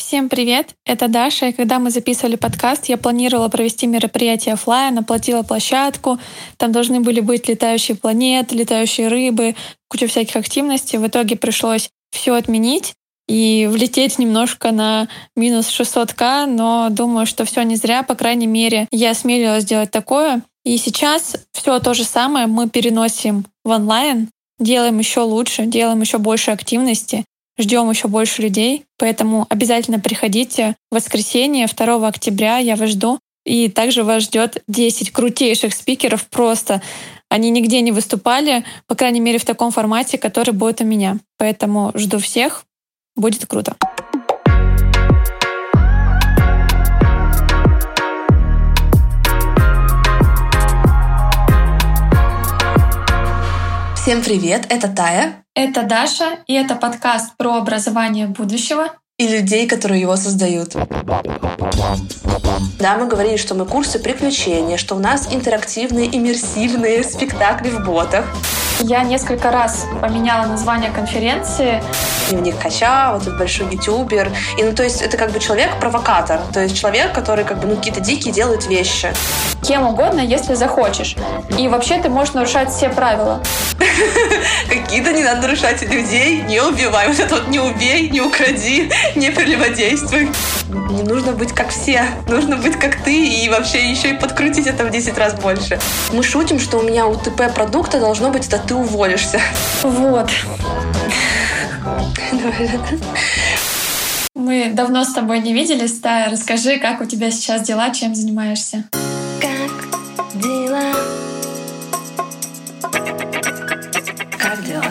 Всем привет, это Даша, и когда мы записывали подкаст, я планировала провести мероприятие оффлайн, оплатила площадку, там должны были быть летающие планеты, летающие рыбы, куча всяких активностей. В итоге пришлось все отменить и влететь немножко на минус 600К, но думаю, что все не зря, по крайней мере, я осмелилась сделать такое. И сейчас все то же самое мы переносим в онлайн, делаем еще лучше, делаем еще больше активности, ждем еще больше людей, поэтому обязательно приходите в воскресенье, 2 октября, я вас жду. И также вас ждет 10 крутейших спикеров просто. Они нигде не выступали, по крайней мере, в таком формате, который будет у меня. Поэтому жду всех, будет круто. Всем привет, это Тая. Это Даша, и это подкаст про образование будущего. И людей, которые его создают. Да, мы говорили, что мы курсы приключения, что у нас интерактивные, иммерсивные спектакли в ботах. Я несколько раз поменяла название конференции. Дневник Хача, вот этот большой ютубер. И, то есть это как бы человек-провокатор. То есть человек, который какие-то дикие делает вещи. Кем угодно, если захочешь. И вообще ты можешь нарушать все правила. Какие-то не надо нарушать людей. Не убивай. Вот это вот не убей, не укради, не прелюбодействуй. Не нужно быть как все. Нужно быть как ты и вообще еще и подкрутить это в 10 раз больше. Мы шутим, что у меня у ТП продукта должно быть, это ты уволишься. Вот. Мы давно с тобой не виделись, Тая. Расскажи, как у тебя сейчас дела, чем занимаешься? Как дела? Как дела?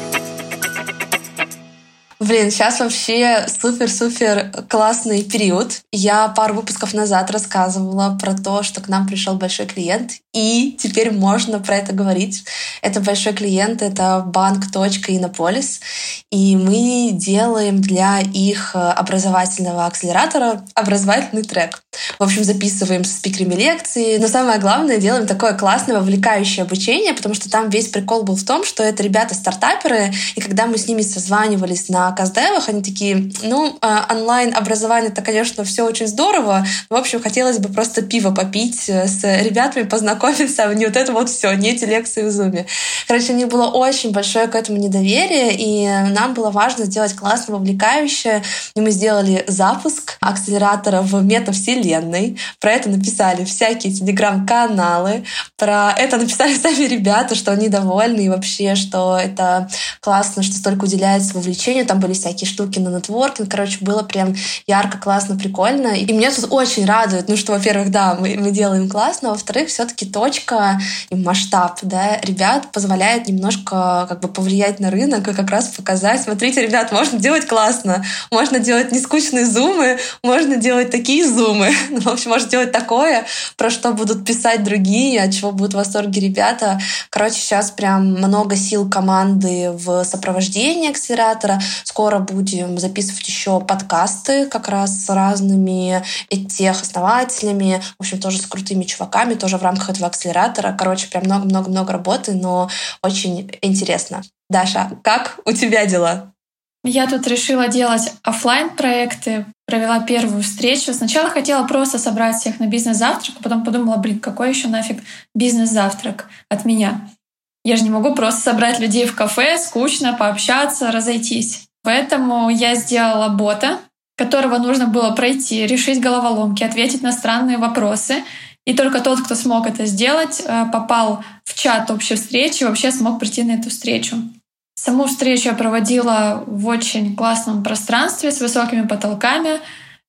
Блин, сейчас вообще супер-супер классный период. Я пару выпусков назад рассказывала про то, что к нам пришел большой клиент, и теперь можно про это говорить. Это большой клиент, это банк Иннополис, и мы делаем для их образовательного акселератора образовательный трек. В общем, записываем со спикерами лекции, но самое главное, делаем такое классное, вовлекающее обучение, потому что там весь прикол был в том, что это ребята-стартаперы, и когда мы с ними созванивались на каздевах, они такие, онлайн-образование, это, конечно, все очень здорово, но, в общем, хотелось бы просто пиво попить с ребятами, познакомиться, а не вот это вот все, не эти лекции в Zoom. Короче, у них было очень большое к этому недоверие, и нам было важно сделать классно, вовлекающее, и мы сделали запуск акселератора в метавселенной, про это написали всякие телеграм-каналы, про это написали сами ребята, что они довольны, и вообще, что это классно, что столько уделяется вовлечению, там были всякие штуки на нетворкинг, короче, было прям ярко, классно, прикольно. И меня тут очень радует, что, во-первых, да, мы делаем классно, а во-вторых, все-таки точка и масштаб, да, ребят позволяет немножко повлиять на рынок и как раз показать, смотрите, ребят, можно делать классно, можно делать нескучные зумы, можно делать такие зумы, в общем, можно делать такое, про что будут писать другие, от чего будут в восторге ребята. Короче, сейчас прям много сил команды в сопровождении акселератора. Скоро будем записывать еще подкасты как раз с разными тех-основателями, в общем, тоже с крутыми чуваками, тоже в рамках этого акселератора. Короче, прям много-много-много работы, но очень интересно. Даша, как у тебя дела? Я тут решила делать офлайн-проекты, провела первую встречу. Сначала хотела просто собрать всех на бизнес-завтрак, а потом подумала, какой еще нафиг бизнес-завтрак от меня? Я же не могу просто собрать людей в кафе, скучно, пообщаться, разойтись. Поэтому я сделала бота, которого нужно было пройти, решить головоломки, ответить на странные вопросы. И только тот, кто смог это сделать, попал в чат общей встречи и вообще смог прийти на эту встречу. Саму встречу я проводила в очень классном пространстве с высокими потолками.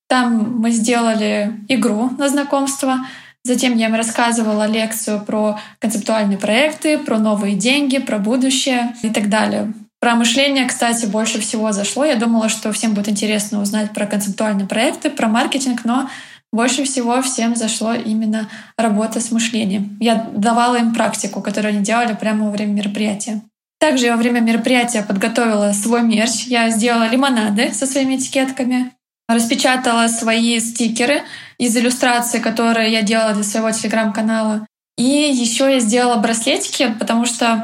Там мы сделали игру на знакомство. Затем я им рассказывала лекцию про концептуальные проекты, про новые деньги, про будущее и так далее. Про мышление, кстати, больше всего зашло. Я думала, что всем будет интересно узнать про концептуальные проекты, про маркетинг, но больше всего всем зашло именно работа с мышлением. Я давала им практику, которую они делали прямо во время мероприятия. Также я во время мероприятия подготовила свой мерч. Я сделала лимонады со своими этикетками, распечатала свои стикеры из иллюстраций, которые я делала для своего телеграм-канала. И еще я сделала браслетики, потому что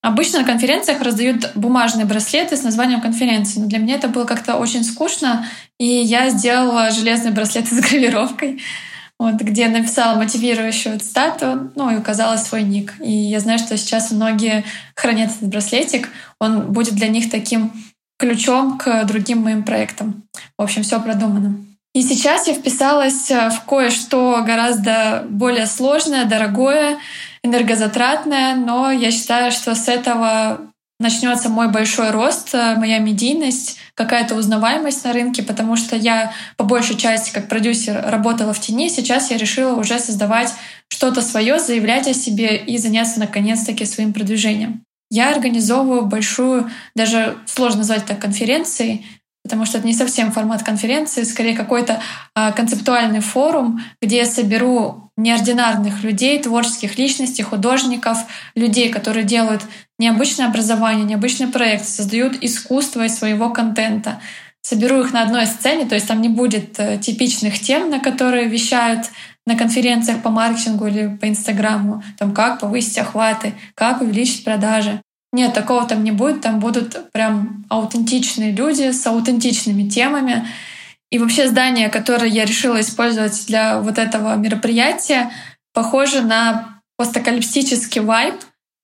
Обычно на конференциях раздают бумажные браслеты с названием конференции, но для меня это было как-то очень скучно, и я сделала железный браслет с гравировкой, вот, где написала мотивирующую цитату, и указала свой ник. И я знаю, что сейчас многие хранят этот браслетик, он будет для них таким ключом к другим моим проектам. В общем, все продумано. И сейчас я вписалась в кое-что гораздо более сложное, дорогое, энергозатратное, но я считаю, что с этого начнется мой большой рост, моя медийность, какая-то узнаваемость на рынке, потому что я по большей части как продюсер работала в тени, сейчас я решила уже создавать что-то свое, заявлять о себе и заняться наконец-таки своим продвижением. Я организовываю большую, даже сложно назвать это конференцией, потому что это не совсем формат конференции, скорее какой-то концептуальный форум, где я соберу неординарных людей, творческих личностей, художников, людей, которые делают необычное образование, необычный проект, создают искусство из своего контента. Соберу их на одной сцене, то есть там не будет типичных тем, на которые вещают на конференциях по маркетингу или по Инстаграму, там как повысить охваты, как увеличить продажи. Нет, такого там не будет, там будут прям аутентичные люди с аутентичными темами. И вообще здание, которое я решила использовать для вот этого мероприятия, похоже на постапокалиптический вайб,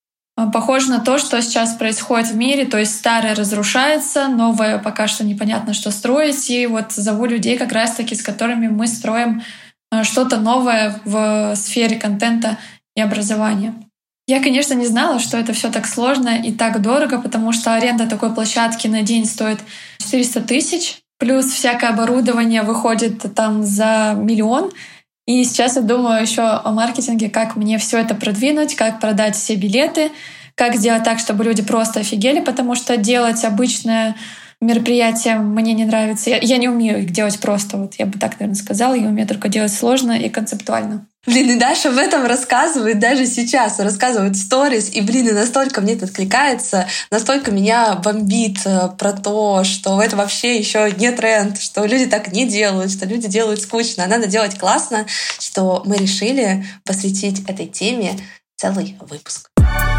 похоже на то, что сейчас происходит в мире, то есть старое разрушается, новое пока что непонятно, что строить. И вот зову людей как раз-таки, с которыми мы строим что-то новое в сфере контента и образования. Я, конечно, не знала, что это все так сложно и так дорого, потому что аренда такой площадки на день стоит 400 тысяч, плюс всякое оборудование выходит там за 1 миллион. И сейчас я думаю еще о маркетинге, как мне все это продвинуть, как продать все билеты, как сделать так, чтобы люди просто офигели, потому что делать обычное мероприятие мне не нравится. Я не умею их делать просто, вот я бы так, наверное, сказала. Я умею только делать сложно и концептуально. И Даша об этом рассказывает даже сейчас. Рассказывает в сторис. И, и настолько мне это откликается, настолько меня бомбит про то, что это вообще еще не тренд, что люди так не делают, что люди делают скучно. А надо делать классно, что мы решили посвятить этой теме целый выпуск.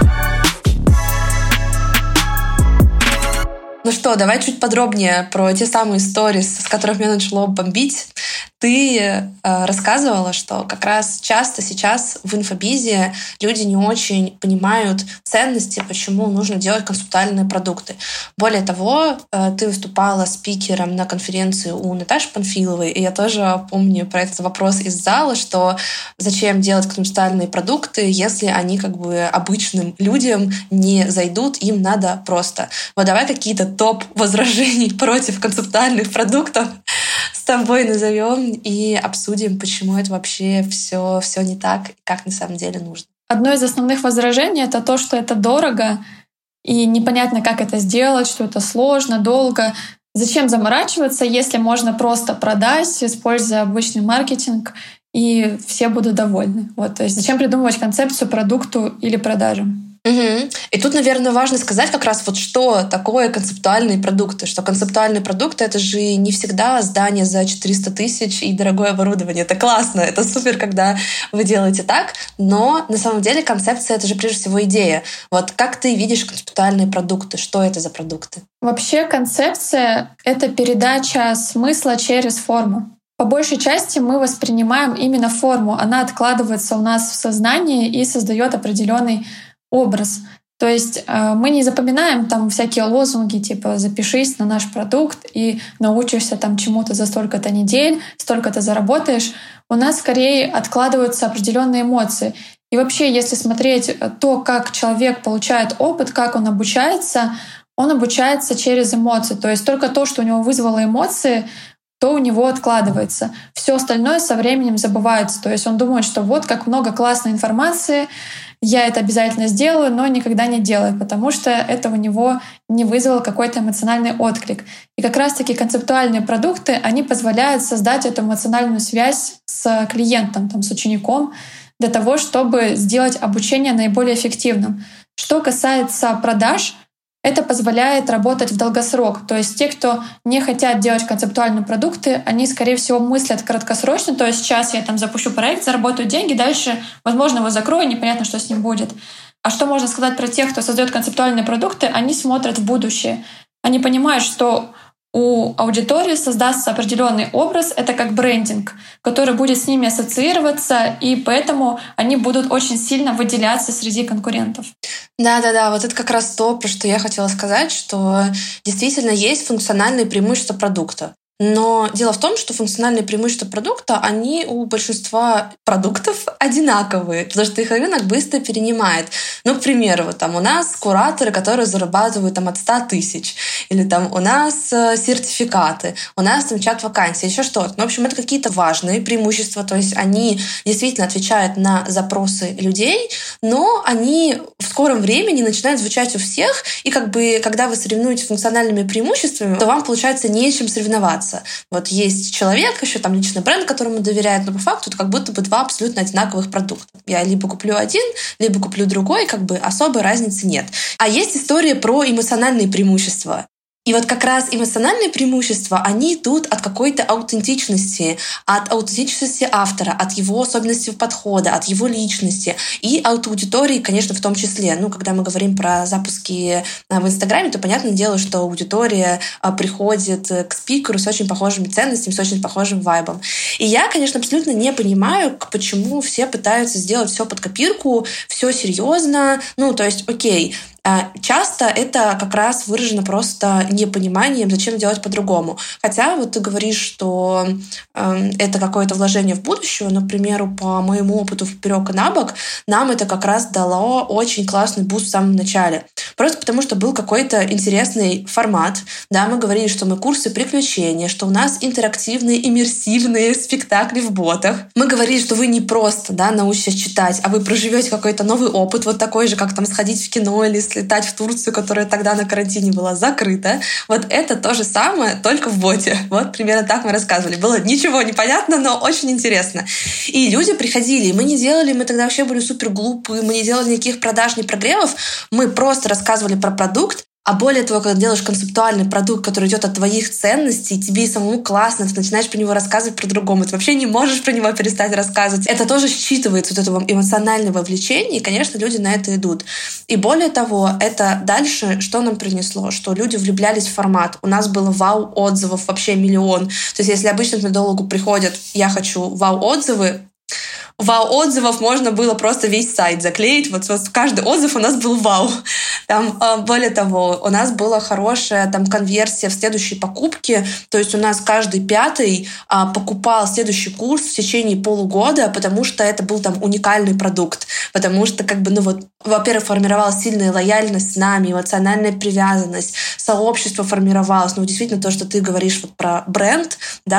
Ну что, давай чуть подробнее про те самые сторис, с которых меня начало бомбить. Ты рассказывала, что как раз часто сейчас в инфобизе люди не очень понимают ценности, почему нужно делать концептуальные продукты. Более того, ты выступала спикером на конференции у Наташи Панфиловой, и я тоже помню про этот вопрос из зала, что зачем делать концептуальные продукты, если они как бы обычным людям не зайдут, им надо просто. Вот давай какие-то топ возражений против концептуальных продуктов с тобой назовем и обсудим, почему это вообще все не так и как на самом деле нужно. Одно из основных возражений — это то, что это дорого, и непонятно, как это сделать, что это сложно, долго. Зачем заморачиваться, если можно просто продать, используя обычный маркетинг, и все будут довольны. Вот, то есть зачем придумывать концепцию продукту или продаже? Угу. И тут, наверное, важно сказать как раз вот что такое концептуальные продукты. Что концептуальные продукты — это же не всегда здание за 400 тысяч и дорогое оборудование. Это классно, это супер, когда вы делаете так, но на самом деле концепция — это же прежде всего идея. Вот как ты видишь концептуальные продукты? Что это за продукты? Вообще концепция — это передача смысла через форму. По большей части мы воспринимаем именно форму. Она откладывается у нас в сознании и создает определенный образ. То есть мы не запоминаем там всякие лозунги типа «запишись на наш продукт и научишься там чему-то за столько-то недель, столько-то заработаешь». У нас скорее откладываются определенные эмоции. И вообще, если смотреть то, как человек получает опыт, как он обучается через эмоции. То есть только то, что у него вызвало эмоции, то у него откладывается. Все остальное со временем забывается. То есть он думает, что вот как много классной информации, я это обязательно сделаю, но никогда не делаю, потому что это у него не вызвало какой-то эмоциональный отклик. И как раз-таки концептуальные продукты, они позволяют создать эту эмоциональную связь с клиентом, там, с учеником, для того, чтобы сделать обучение наиболее эффективным. Что касается продаж, это позволяет работать в долгосрок. То есть те, кто не хотят делать концептуальные продукты, они, скорее всего, мыслят краткосрочно. То есть сейчас я там запущу проект, заработаю деньги, дальше, возможно, его закрою, непонятно, что с ним будет. А что можно сказать про тех, кто создает концептуальные продукты? Они смотрят в будущее. Они понимают, что у аудитории создастся определенный образ, это как брендинг, который будет с ними ассоциироваться, и поэтому они будут очень сильно выделяться среди конкурентов. Да, вот это как раз то, про что я хотела сказать, что действительно есть функциональные преимущества продукта. Но дело в том, что функциональные преимущества продукта, они у большинства продуктов одинаковые, потому что их рынок быстро перенимает. Ну, к примеру, вот там у нас кураторы, которые зарабатывают там от 100 тысяч, или там у нас сертификаты, у нас там чат вакансий, еще что-то. Ну, в общем, это какие-то важные преимущества, то есть они действительно отвечают на запросы людей, но они в скором времени начинают звучать у всех, и как бы, когда вы соревнуетесь функциональными преимуществами, то вам, получается, не с чем соревноваться. Вот есть человек, еще там личный бренд, которому доверяют, но по факту это как будто бы два абсолютно одинаковых продукта. Я либо куплю один, либо куплю другой, как бы особой разницы нет. А есть история про эмоциональные преимущества. И вот как раз эмоциональные преимущества, они идут от какой-то аутентичности автора, от его особенностей подхода, от его личности и от аудитории, конечно, в том числе. Ну, когда мы говорим про запуски в Инстаграме, то понятное дело, что аудитория приходит к спикеру с очень похожими ценностями, с очень похожим вайбом. И я, конечно, абсолютно не понимаю, почему все пытаются сделать все под копирку, все серьезно. Ну, то есть, окей, часто это как раз выражено просто непониманием, зачем делать по-другому. Хотя вот ты говоришь, что это какое-то вложение в будущее. Но, к примеру, по моему опыту вперед и на бок, нам это как раз дало очень классный буст в самом начале. Просто потому, что был какой-то интересный формат. Да, мы говорили, что мы курсы приключения, что у нас интерактивные, иммерсивные спектакли в ботах. Мы говорили, что вы не просто научитесь читать, а вы проживете какой-то новый опыт, вот такой же, как там сходить в кино или слетать в Турцию, которая тогда на карантине была закрыта. Вот это то же самое, только в боте. Вот примерно так мы рассказывали. Было ничего не понятно, но очень интересно. И люди приходили, и мы тогда вообще были супер глупые, мы не делали никаких продаж, ни прогревов, мы просто рассказывали про продукт. А более того, когда делаешь концептуальный продукт, который идет от твоих ценностей, тебе и самому классно, ты начинаешь про него рассказывать про другому, ты вообще не можешь про него перестать рассказывать. Это тоже считывается, вот этого эмоционального вовлечения, и, конечно, люди на это идут. И более того, это дальше что нам принесло? Что люди влюблялись в формат. У нас было вау-отзывов вообще миллион. То есть если обычно к методологу приходят «я хочу вау-отзывы», вау-отзывов можно было просто весь сайт заклеить. Вот каждый отзыв у нас был вау. Там, более того, у нас была хорошая конверсия в следующей покупке. То есть у нас каждый пятый покупал следующий курс в течение полугода, потому что это был уникальный продукт. Потому что, во-первых, формировалась сильная лояльность с нами, эмоциональная привязанность, сообщество формировалось. Действительно, то, что ты говоришь про бренд,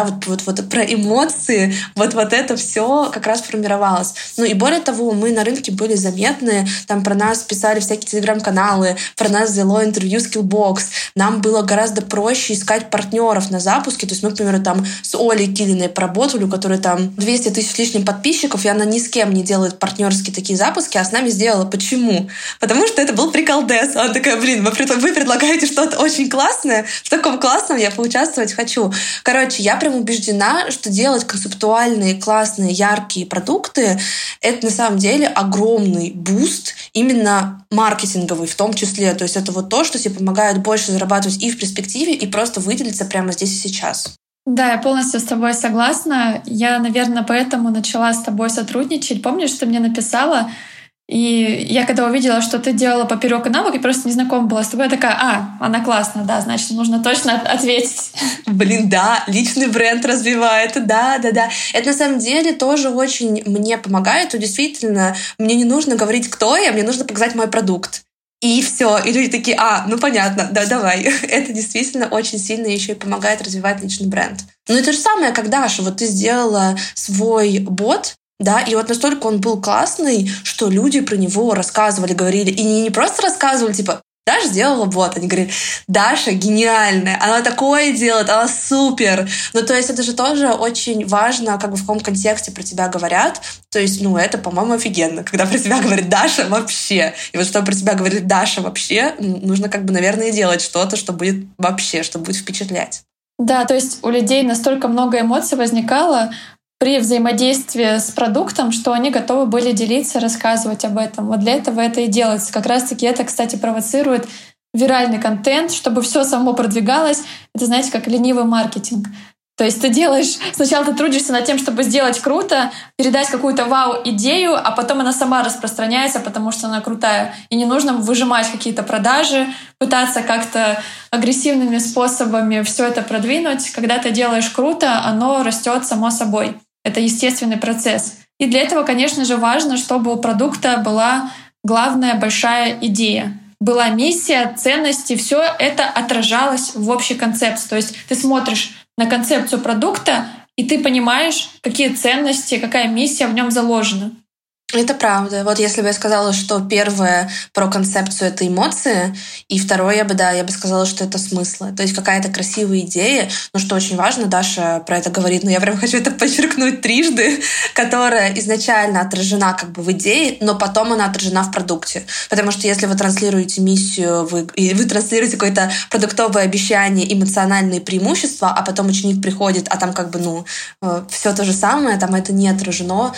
про эмоции, вот это все как раз формировалось. И более того, мы на рынке были заметны, про нас писали всякие телеграм-каналы, про нас взяло интервью Skillbox. Нам было гораздо проще искать партнеров на запуске. То есть мы, например, с Олей Килиной поработали, у которой 200 тысяч с лишним подписчиков, и она ни с кем не делает партнерские такие запуски, а с нами сделала. Почему? Потому что это был приколдес. Она такая, вы предлагаете что-то очень классное, в таком классном я поучаствовать хочу. Короче, я прям убеждена, что делать концептуальные, классные, яркие продукты — это на самом деле огромный буст, именно маркетинговый в том числе. То есть это то, что тебе помогает больше зарабатывать и в перспективе, и просто выделиться прямо здесь и сейчас. Да, я полностью с тобой согласна. Я, наверное, поэтому начала с тобой сотрудничать. Помнишь, ты мне написала, и я когда увидела, что ты делала поперек и навык, и просто не знакома была с тобой, я такая, она классная, да, значит, нужно точно ответить. Да, личный бренд развивает, да. Это на самом деле тоже очень мне помогает, и действительно, мне не нужно говорить, кто я, мне нужно показать мой продукт. И все. И люди такие, понятно, да, давай. Это действительно очень сильно еще и помогает развивать личный бренд. И то же самое, как Даша, ты сделала свой бот, да, и настолько он был классный, что люди про него рассказывали, говорили. И не просто рассказывали, Даша сделала бот. Они говорили, Даша гениальная, она такое делает, она супер. То есть это же тоже очень важно, в каком контексте про тебя говорят. То есть, это, по-моему, офигенно, когда про тебя говорит Даша вообще. И чтобы про тебя говорит Даша вообще, нужно, наверное, делать что-то, что будет вообще, что будет впечатлять. Да, то есть у людей настолько много эмоций возникало, при взаимодействии с продуктом, что они готовы были делиться, рассказывать об этом. Вот для этого это и делается. Как раз-таки это, кстати, провоцирует виральный контент, чтобы все само продвигалось. Это, знаете, как ленивый маркетинг. То есть ты делаешь, сначала ты трудишься над тем, чтобы сделать круто, передать какую-то вау-идею, а потом она сама распространяется, потому что она крутая. И не нужно выжимать какие-то продажи, пытаться как-то агрессивными способами все это продвинуть. Когда ты делаешь круто, оно растет само собой. Это естественный процесс. И для этого, конечно же, важно, чтобы у продукта была главная большая идея. Была миссия, ценности, все это отражалось в общей концепции. То есть ты смотришь на концепцию продукта, и ты понимаешь, какие ценности, какая миссия в нем заложена. Это правда. Вот если бы я сказала, что первое про концепцию — это эмоции, и второе, я бы сказала, что это смыслы. То есть какая-то красивая идея, но что очень важно, Даша про это говорит, но я прям хочу это подчеркнуть трижды, которая изначально отражена как бы в идее, но потом она отражена в продукте. Потому что если вы транслируете миссию, вы транслируете какое-то продуктовое обещание, эмоциональные преимущества, а потом ученик приходит, а там как бы, все то же самое, там это не отражено,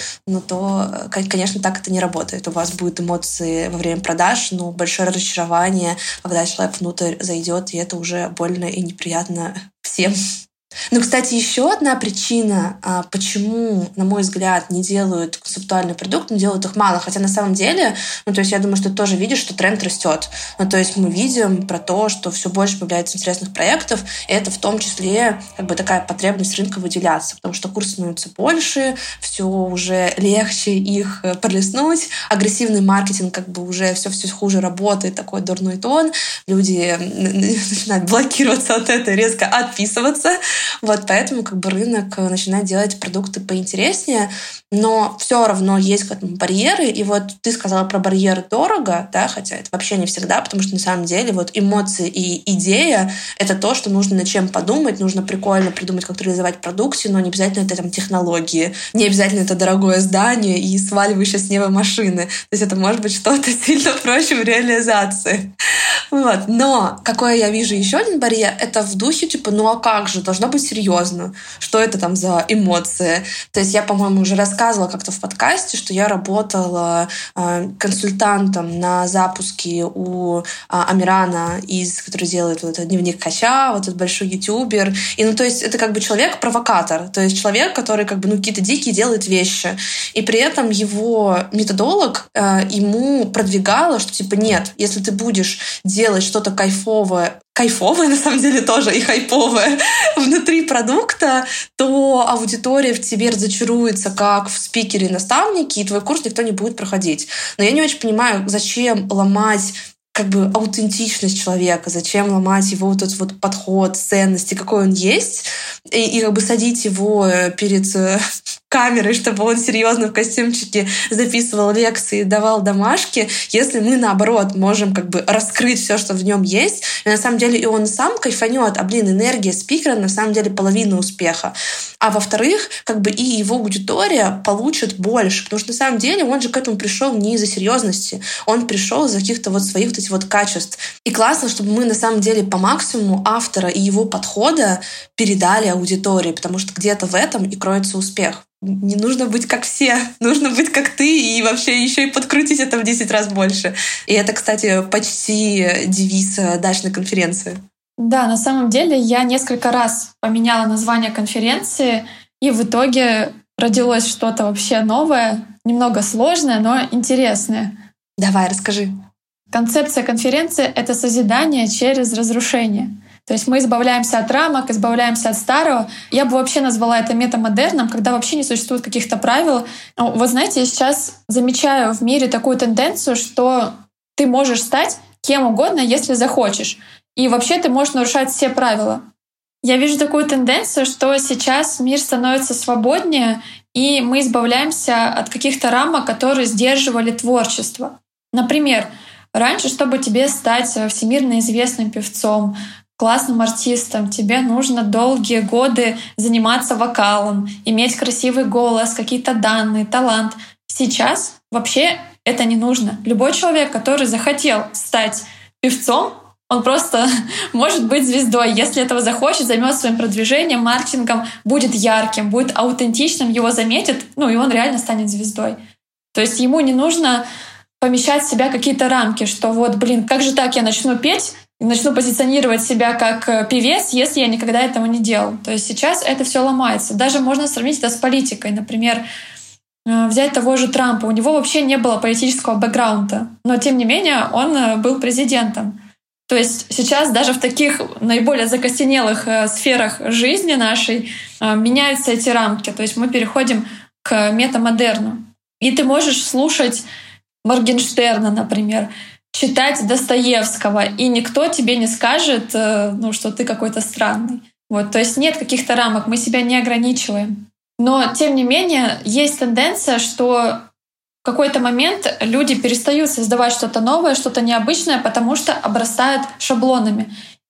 то, конечно, так это не работает. У вас будут эмоции во время продаж, но большое разочарование, когда человек внутрь зайдет, и это уже больно и неприятно всем. Ну, кстати, еще одна причина, почему, на мой взгляд, не делают концептуальный продукт, но делают их мало. Хотя на самом деле, то есть я думаю, что ты тоже видишь, что тренд растет. То есть мы видим про то, что все больше появляется интересных проектов, и это в том числе как бы такая потребность рынка выделяться, потому что курсы становятся больше, все уже легче их пролистнуть, агрессивный маркетинг как бы уже все хуже работает, такой дурной тон, люди начинают блокироваться от этого, резко отписываться. Вот поэтому как бы рынок начинает делать продукты поинтереснее, но все равно есть к этому барьеры. И вот ты сказала про барьеры дорого, да, хотя это вообще не всегда, потому что на самом деле вот эмоции и идея — это то, что нужно над чем подумать, нужно прикольно придумать, как реализовать в продукте, но не обязательно это там технологии, не обязательно это дорогое здание и сваливающие с неба машины. То есть это может быть что-то сильно проще в реализации. Вот. Но какой я вижу еще один барьер, это в духе типа, а как же, должно быть серьезно. Что это там за эмоции? То есть я, по-моему, уже рассказывала как-то в подкасте, что я работала консультантом на запуске у Амирана, который делает вот этот дневник Хача, вот этот большой ютубер. И, то есть это как бы человек-провокатор. То есть человек, который как бы, какие-то дикие делает вещи. И при этом его методолог ему продвигала, что типа нет, если ты будешь делать что-то кайфовое на самом деле тоже и хайповое внутри продукта, то аудитория в тебе разочаруется как в спикере и наставнике, и твой курс никто не будет проходить. Но я не очень понимаю, зачем ломать как бы аутентичность человека, зачем ломать его вот этот вот подход, ценности, какой он есть, и как бы садить его перед камерой, чтобы он серьезно в костюмчике записывал лекции, давал домашки, если мы, наоборот, можем как бы раскрыть все, что в нем есть, и на самом деле и он сам кайфанет, энергия спикера на самом деле половина успеха. А во-вторых, как бы и его аудитория получит больше, потому что на самом деле он же к этому пришел не из-за серьезности, он пришел из-за каких-то вот своих вот этих вот качеств. И классно, чтобы мы на самом деле по максимуму автора и его подхода передали аудитории, потому что где-то в этом и кроется успех. Не нужно быть как все, нужно быть как ты и вообще еще и подкрутить это в 10 раз больше. И это, кстати, почти девиз Дашиной конференции. Да, на самом деле я несколько раз поменяла название конференции, и в итоге родилось что-то вообще новое, немного сложное, но интересное. Давай, расскажи. Концепция конференции — это созидание через разрушение. То есть мы избавляемся от рамок, избавляемся от старого. Я бы вообще назвала это метамодерном, когда вообще не существует каких-то правил. Вот знаете, я сейчас замечаю в мире такую тенденцию, что ты можешь стать кем угодно, если захочешь. И вообще ты можешь нарушать все правила. Я вижу такую тенденцию, что сейчас мир становится свободнее, и мы избавляемся от каких-то рамок, которые сдерживали творчество. Например, раньше, чтобы тебе стать всемирно известным певцом, классным артистом, тебе нужно долгие годы заниматься вокалом, иметь красивый голос, какие-то данные, талант. Сейчас вообще это не нужно. Любой человек, который захотел стать певцом, Он просто может быть звездой. Если этого захочет, займется своим продвижением, маркетингом, будет ярким, будет аутентичным, его заметят, и он реально станет звездой. То есть ему не нужно помещать в себя какие-то рамки, что как же так я начну петь, и начну позиционировать себя как певец, если я никогда этого не делал. То есть сейчас это все ломается. Даже можно сравнить это с политикой. Например, взять того же Трампа. У него вообще не было политического бэкграунда, но тем не менее он был президентом. То есть сейчас даже в таких наиболее закостенелых сферах жизни нашей меняются эти рамки. То есть мы переходим к метамодерну. И ты можешь слушать Моргенштерна, например, читать Достоевского, и никто тебе не скажет, что ты какой-то странный. То есть нет каких-то рамок, мы себя не ограничиваем. Но, тем не менее, есть тенденция, что в какой-то момент люди перестают создавать что-то новое, что-то необычное, потому что обрастают шаблонами.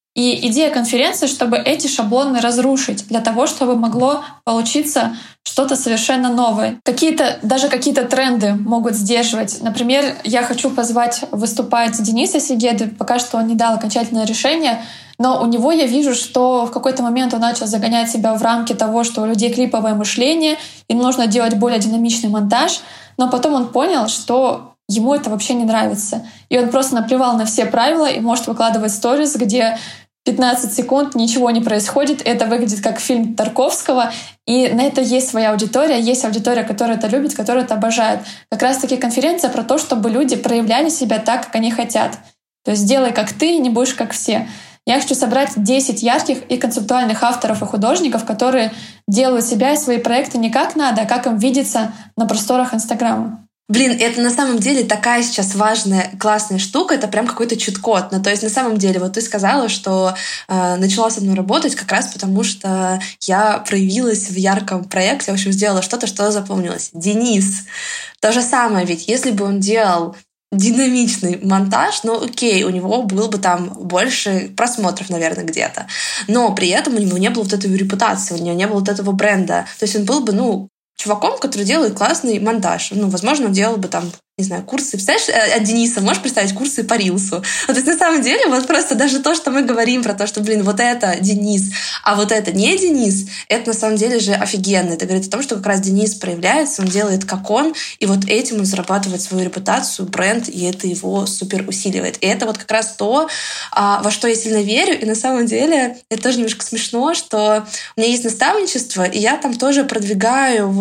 И идея конференции, чтобы эти шаблоны разрушить, для того, чтобы могло получиться что-то совершенно новое. Даже какие-то тренды могут сдерживать. Например, я хочу позвать выступать Дениса Сегеды. Пока что он не дал окончательное решение, но у него я вижу, что в какой-то момент он начал загонять себя в рамки того, что у людей клиповое мышление, им нужно делать более динамичный монтаж, но потом он понял, что ему это вообще не нравится. И он просто наплевал на все правила и может выкладывать сторис, где 15 секунд ничего не происходит. Это выглядит как фильм Тарковского. И на это есть своя аудитория. Есть аудитория, которая это любит, которая это обожает. Как раз-таки конференция про то, чтобы люди проявляли себя так, как они хотят. То есть делай как ты, не будешь как все. Я хочу собрать 10 ярких и концептуальных авторов и художников, которые делают себя и свои проекты не как надо, а как им видится на просторах Инстаграма. Это на самом деле такая сейчас важная, классная штука, это прям какой-то чит-код. То есть на самом деле, ты сказала, что начала со мной работать как раз потому, что я проявилась в ярком проекте, в общем, сделала что-то, что запомнилось. Денис. То же самое ведь, если бы он делал динамичный монтаж, окей, у него было бы там больше просмотров, наверное, где-то. Но при этом у него не было этой репутации, у него не было этого бренда. То есть он был бы, чуваком, который делает классный монтаж. Возможно, он делал бы там, не знаю, курсы. Представляешь, от Дениса можешь представить курсы по рилсу? То есть на самом деле просто даже то, что мы говорим про то, что, это Денис, а это не Денис, это на самом деле же офигенно. Это говорит о том, что как раз Денис проявляется, он делает как он, и этим он зарабатывает свою репутацию, бренд, и это его супер усиливает. И это как раз то, во что я сильно верю. И на самом деле это тоже немножко смешно, что у меня есть наставничество, и я там тоже продвигаю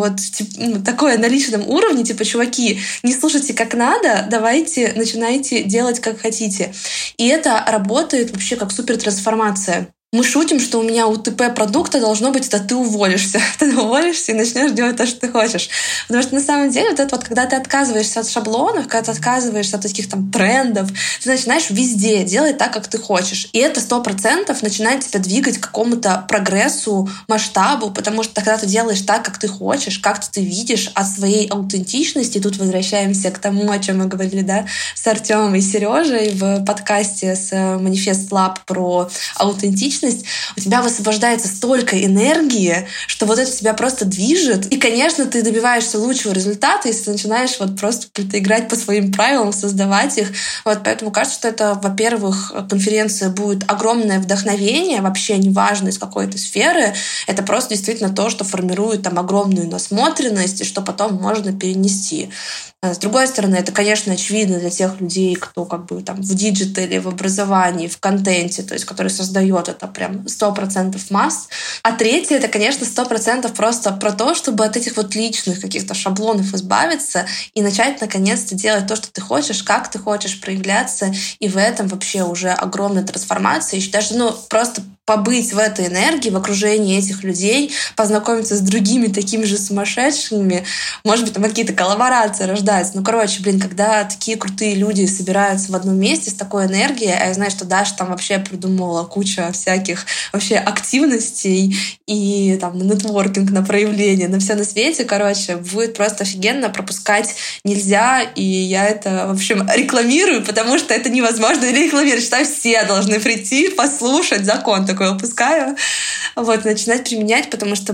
такое на личном уровне, чуваки, не слушайте как надо, давайте начинайте делать как хотите. И это работает вообще как супертрансформация. Мы шутим, что у меня УТП продукта должно быть, это ты уволишься. Ты уволишься и начнешь делать то, что ты хочешь. Потому что на самом деле когда ты отказываешься от шаблонов, когда ты отказываешься от таких трендов, ты начинаешь везде делать так, как ты хочешь. И это 100% начинает тебя двигать к какому-то прогрессу, масштабу, потому что когда ты делаешь так, как ты хочешь, как ты видишь от своей аутентичности, тут возвращаемся к тому, о чем мы говорили, с Артёмом и Сережей в подкасте с Manifest Lab про аутентичность, у тебя высвобождается столько энергии, что это тебя просто движет. И, конечно, ты добиваешься лучшего результата, если ты начинаешь просто играть по своим правилам, создавать их. Поэтому кажется, что это, во-первых, конференция будет огромное вдохновение, вообще неважно из какой-то сферы. Это просто действительно то, что формирует огромную насмотренность и что потом можно перенести. С другой стороны, это, конечно, очевидно для тех людей, кто в диджитале, в образовании, в контенте, то есть который создает это прям 100% масс. А третье, это, конечно, 100% просто про то, чтобы от этих личных каких-то шаблонов избавиться и начать наконец-то делать то, что ты хочешь, как ты хочешь проявляться, и в этом вообще уже огромная трансформация. И даже просто побыть в этой энергии, в окружении этих людей, познакомиться с другими такими же сумасшедшими, может быть, какие-то коллаборации рождаются. Когда такие крутые люди собираются в одном месте с такой энергией, а я знаю, что Даша там вообще придумала кучу всяких вообще активностей и нетворкинг на проявление, на все на свете, будет просто офигенно, пропускать нельзя, и я это, в общем, рекламирую, потому что это невозможно рекламировать. Считаю, все должны прийти, послушать, закон такой выпускаю, начинать применять, потому что,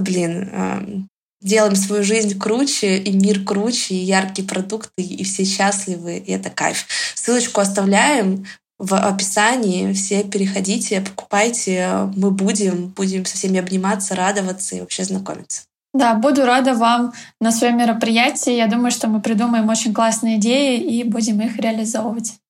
делаем свою жизнь круче, и мир круче, и яркие продукты, и все счастливы, и это кайф. Ссылочку оставляем. в описании. Все переходите, покупайте. Мы будем со всеми обниматься, радоваться и вообще знакомиться. Да, буду рада вам на своем мероприятии. Я думаю, что мы придумаем очень классные идеи и будем их реализовывать.